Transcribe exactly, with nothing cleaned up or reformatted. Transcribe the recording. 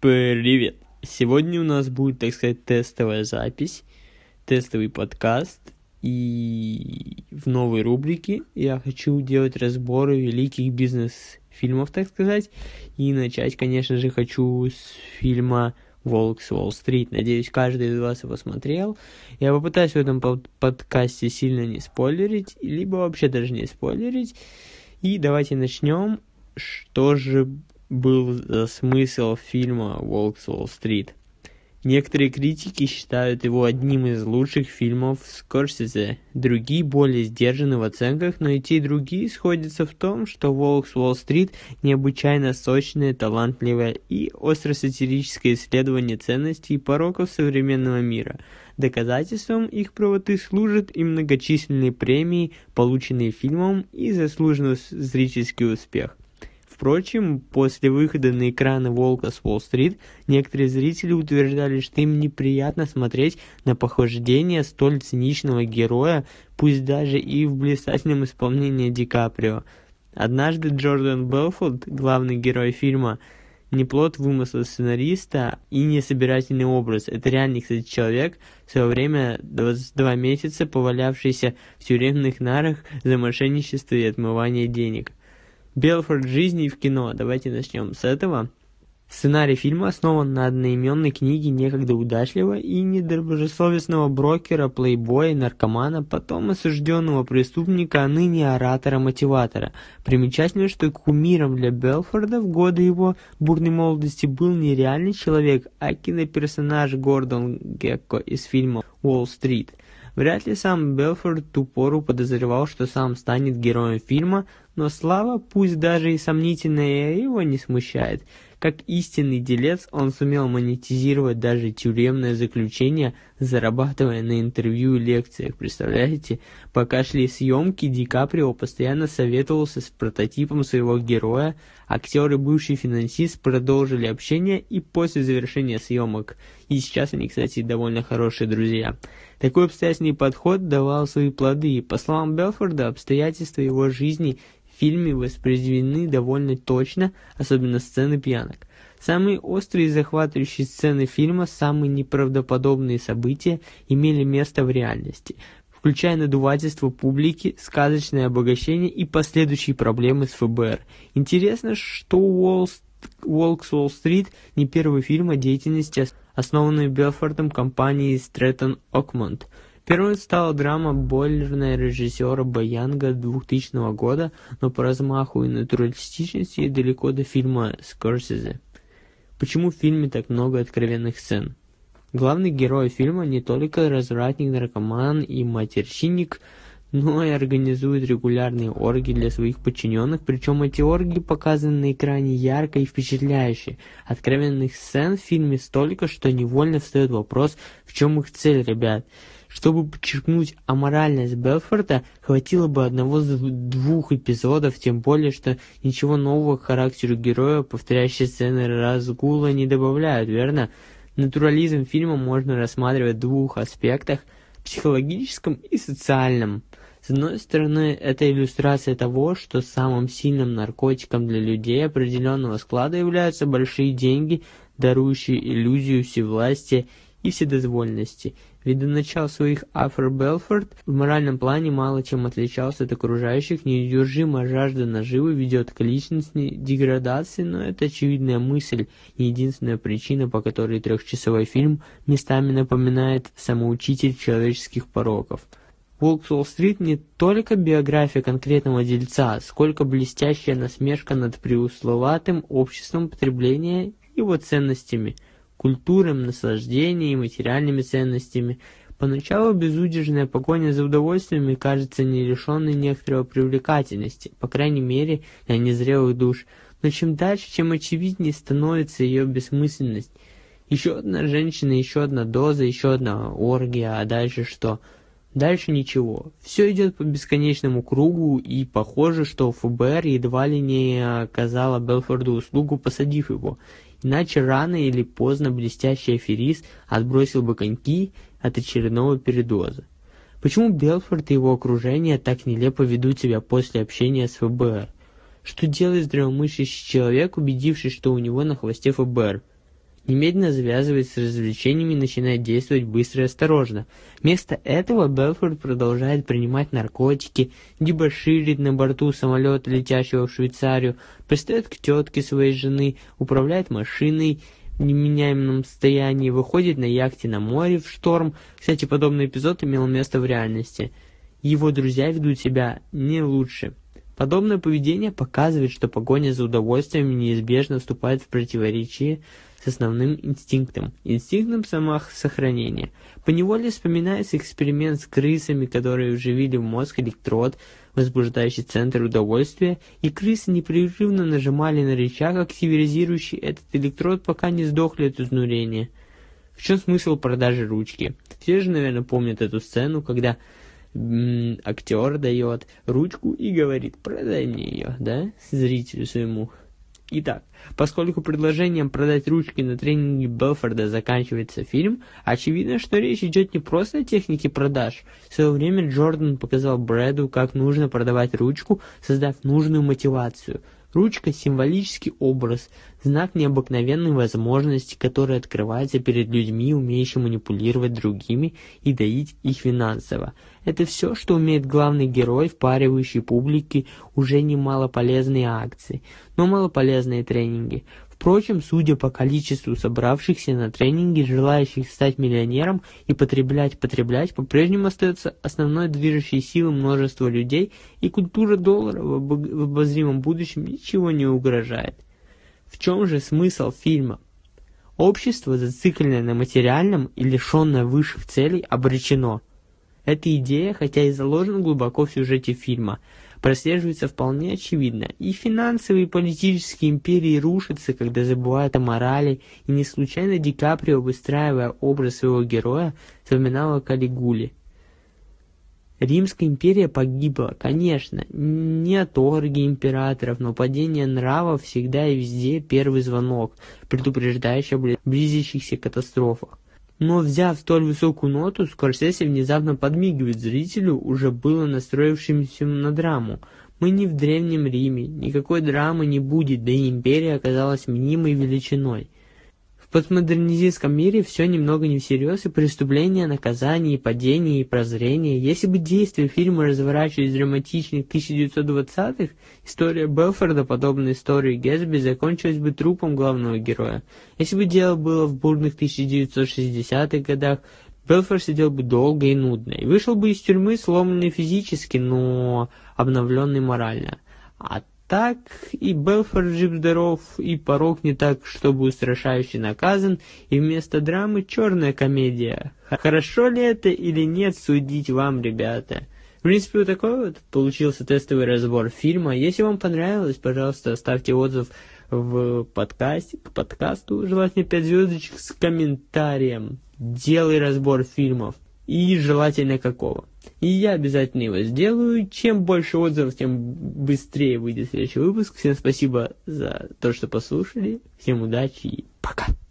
Привет! Сегодня у нас будет, так сказать, тестовая запись, тестовый подкаст, и в новой рубрике я хочу делать разборы великих бизнес-фильмов, так сказать, и начать, конечно же, хочу с фильма «Волк с Уолл-стрит». Надеюсь, каждый из вас его смотрел. Я попытаюсь в этом под- подкасте сильно не спойлерить, либо вообще даже не спойлерить. И давайте начнем. Что же был за смысл фильма «Волк с Уолл-стрит»? Некоторые критики считают его одним из лучших фильмов Скорсезе. Другие более сдержаны в оценках, но и те, и другие сходятся в том, что «Волк с Уолл-стрит» необычайно сочное, талантливое и остро-сатирическое исследование ценностей и пороков современного мира. Доказательством их правоты служат и многочисленные премии, полученные фильмом, и заслуженный зрительский успех. Впрочем, после выхода на экраны «Волка с Уолл-стрит» некоторые зрители утверждали, что им неприятно смотреть на похождение столь циничного героя, пусть даже и в блистательном исполнении Ди Каприо. Однажды Джордан Белфорд, главный герой фильма, не плод вымысла сценариста и не собирательный образ. Это реальный, кстати, человек, в свое время двадцать два месяца повалявшийся в тюремных нарах за мошенничество и отмывание денег. Белфорд в жизни и в кино. Давайте начнем с этого. Сценарий фильма основан на одноименной книге некогда удачливого и недобросовестного брокера, плейбоя, наркомана, потом осужденного преступника, а ныне оратора-мотиватора. Примечательно, что кумиром для Белфорда в годы его бурной молодости был не реальный человек, а киноперсонаж Гордон Гекко из фильма «Уолл-стрит». Вряд ли сам Белфорд в ту пору подозревал, что сам станет героем фильма, но слава, пусть даже и сомнительная, его не смущает. Как истинный делец, он сумел монетизировать даже тюремное заключение, зарабатывая на интервью и лекциях. Представляете? Пока шли съемки, Ди Каприо постоянно советовался с прототипом своего героя. Актер и бывший финансист продолжили общение и после завершения съемок. И сейчас они, кстати, довольно хорошие друзья. Такой обстоятельный подход давал свои плоды. По словам Белфорда, обстоятельства его жизни в фильме воспроизведены довольно точно, особенно сцены пьянок. Самые острые и захватывающие сцены фильма, самые неправдоподобные события имели место в реальности, включая надувательство публики, сказочное обогащение и последующие проблемы с эф бэ эр. Интересно, что «Волк с Уолл-стрит» не первый фильм о деятельности, основанной Белфордом компанией Стрэттон Окмонд. Первой стала драма бойлерная режиссера Боянга двухтысячного года, но по размаху и натуралистичности далеко до фильма Скорсезе. Почему в фильме так много откровенных сцен? Главный герой фильма не только развратник, наркоман и матерщинник, но и организует регулярные оргии для своих подчиненных, причем эти оргии показаны на экране ярко и впечатляюще. Откровенных сцен в фильме столько, что невольно встает вопрос, в чем их цель, ребят. Чтобы подчеркнуть аморальность Белфорда, хватило бы одного-двух эпизодов, тем более, что ничего нового к характеру героя повторяющие сцены разгула не добавляют, верно? Натурализм фильма можно рассматривать в двух аспектах – психологическом и социальном. С одной стороны, это иллюстрация того, что самым сильным наркотиком для людей определенного склада являются большие деньги, дарующие иллюзию всевластия и вседозволенности. Ведь до начала своих афер Белфорд в моральном плане мало чем отличался от окружающих, неудержимая жажда наживы ведет к личностной деградации, но это очевидная мысль и единственная причина, по которой трехчасовой фильм местами напоминает самоучитель человеческих пороков. «Волк с Уолл-стрит» не только биография конкретного дельца, сколько блестящая насмешка над преусловатым обществом потребления и его ценностями, культурой, наслаждением и материальными ценностями. Поначалу безудержная погоня за удовольствиями кажется не лишенной некоторой привлекательности, по крайней мере для незрелых душ, но чем дальше, чем очевиднее становится ее бессмысленность. Еще одна женщина, еще одна доза, еще одна оргия, а дальше что? Дальше ничего. Все идет по бесконечному кругу, и похоже, что эф бэ эр едва ли не оказала Белфорду услугу, посадив его. Иначе рано или поздно блестящий аферист отбросил бы коньки от очередного передоза. Почему Белфорд и его окружение так нелепо ведут себя после общения с эф бэ эр? Что делает здравомыслящий человек, убедившись, что у него на хвосте эф бэ эр? Немедленно завязывает с развлечениями и начинает действовать быстро и осторожно. Вместо этого Белфорд продолжает принимать наркотики, дебоширит на борту самолета, летящего в Швейцарию, пристает к тетке своей жены, управляет машиной в неменяемом состоянии, выходит на яхте на море в шторм. Кстати, подобный эпизод имел место в реальности. Его друзья ведут себя не лучше. Подобное поведение показывает, что погоня за удовольствием неизбежно вступает в противоречие с основным инстинктом, инстинктом самосохранения. Поневоле вспоминается эксперимент с крысами, которые вживили в мозг электрод, возбуждающий центр удовольствия, и крысы непрерывно нажимали на рычаг, активизирующий этот электрод, пока не сдохли от изнурения. В чем смысл продажи ручки? Все же, наверное, помнят эту сцену, когда м- актер дает ручку и говорит: продай мне ее, да, зрителю своему. Итак, поскольку предложением продать ручки на тренинге Белфорда заканчивается фильм, очевидно, что речь идет не просто о технике продаж. В свое время Джордан показал Брэду, как нужно продавать ручку, создав нужную мотивацию. Ручка – символический образ, знак необыкновенной возможности, которая открывается перед людьми, умеющими манипулировать другими и доить их финансово. Это все, что умеет главный герой, впаривающий публике уже немало полезные акции, но малополезные тренинги. Впрочем, судя по количеству собравшихся на тренинге, желающих стать миллионером и потреблять-потреблять, по-прежнему остается основной движущей силой множества людей, и культура доллара в, об- в обозримом будущем ничего не угрожает. В чем же смысл фильма? Общество, зацикленное на материальном и лишенное высших целей, обречено. Эта идея, хотя и заложена глубоко в сюжете фильма, прослеживается вполне очевидно. И финансовые и политические империи рушатся, когда забывают о морали, и не случайно Ди Каприо, выстраивая образ своего героя, вспоминал о Калигуле. Римская империя погибла, конечно, не от оргии императоров, но падение нравов всегда и везде первый звонок, предупреждающий о близящихся катастрофах. Но, взяв столь высокую ноту, Скорсезе внезапно подмигивает зрителю, уже было настроившимся на драму. Мы не в Древнем Риме, никакой драмы не будет, да и империя оказалась мнимой величиной. В постмодернистском мире все немного не всерьез, и преступления, наказания, и падения, и прозрения. Если бы действия фильма разворачивались драматичных тысяча девятьсот двадцатых, история Белфорда, подобно истории Гэтсби, закончилась бы трупом главного героя. Если бы дело было в бурных тысяча девятьсот шестидесятых годах, Белфорд сидел бы долго и нудно, и вышел бы из тюрьмы сломанный физически, но обновленный морально. А так и Белфорд жив-здоров, и порок не так, чтобы устрашающе наказан, и вместо драмы черная комедия. Хорошо ли это или нет, судить вам, ребята. В принципе, вот такой вот получился тестовый разбор фильма. Если вам понравилось, пожалуйста, оставьте отзыв в подкасте, к подкасту, желательно пять звездочек с комментарием. Делай разбор фильмов. И желательно какого. И я обязательно его сделаю. Чем больше отзывов, тем быстрее выйдет следующий выпуск. Всем спасибо за то, что послушали. Всем удачи и пока.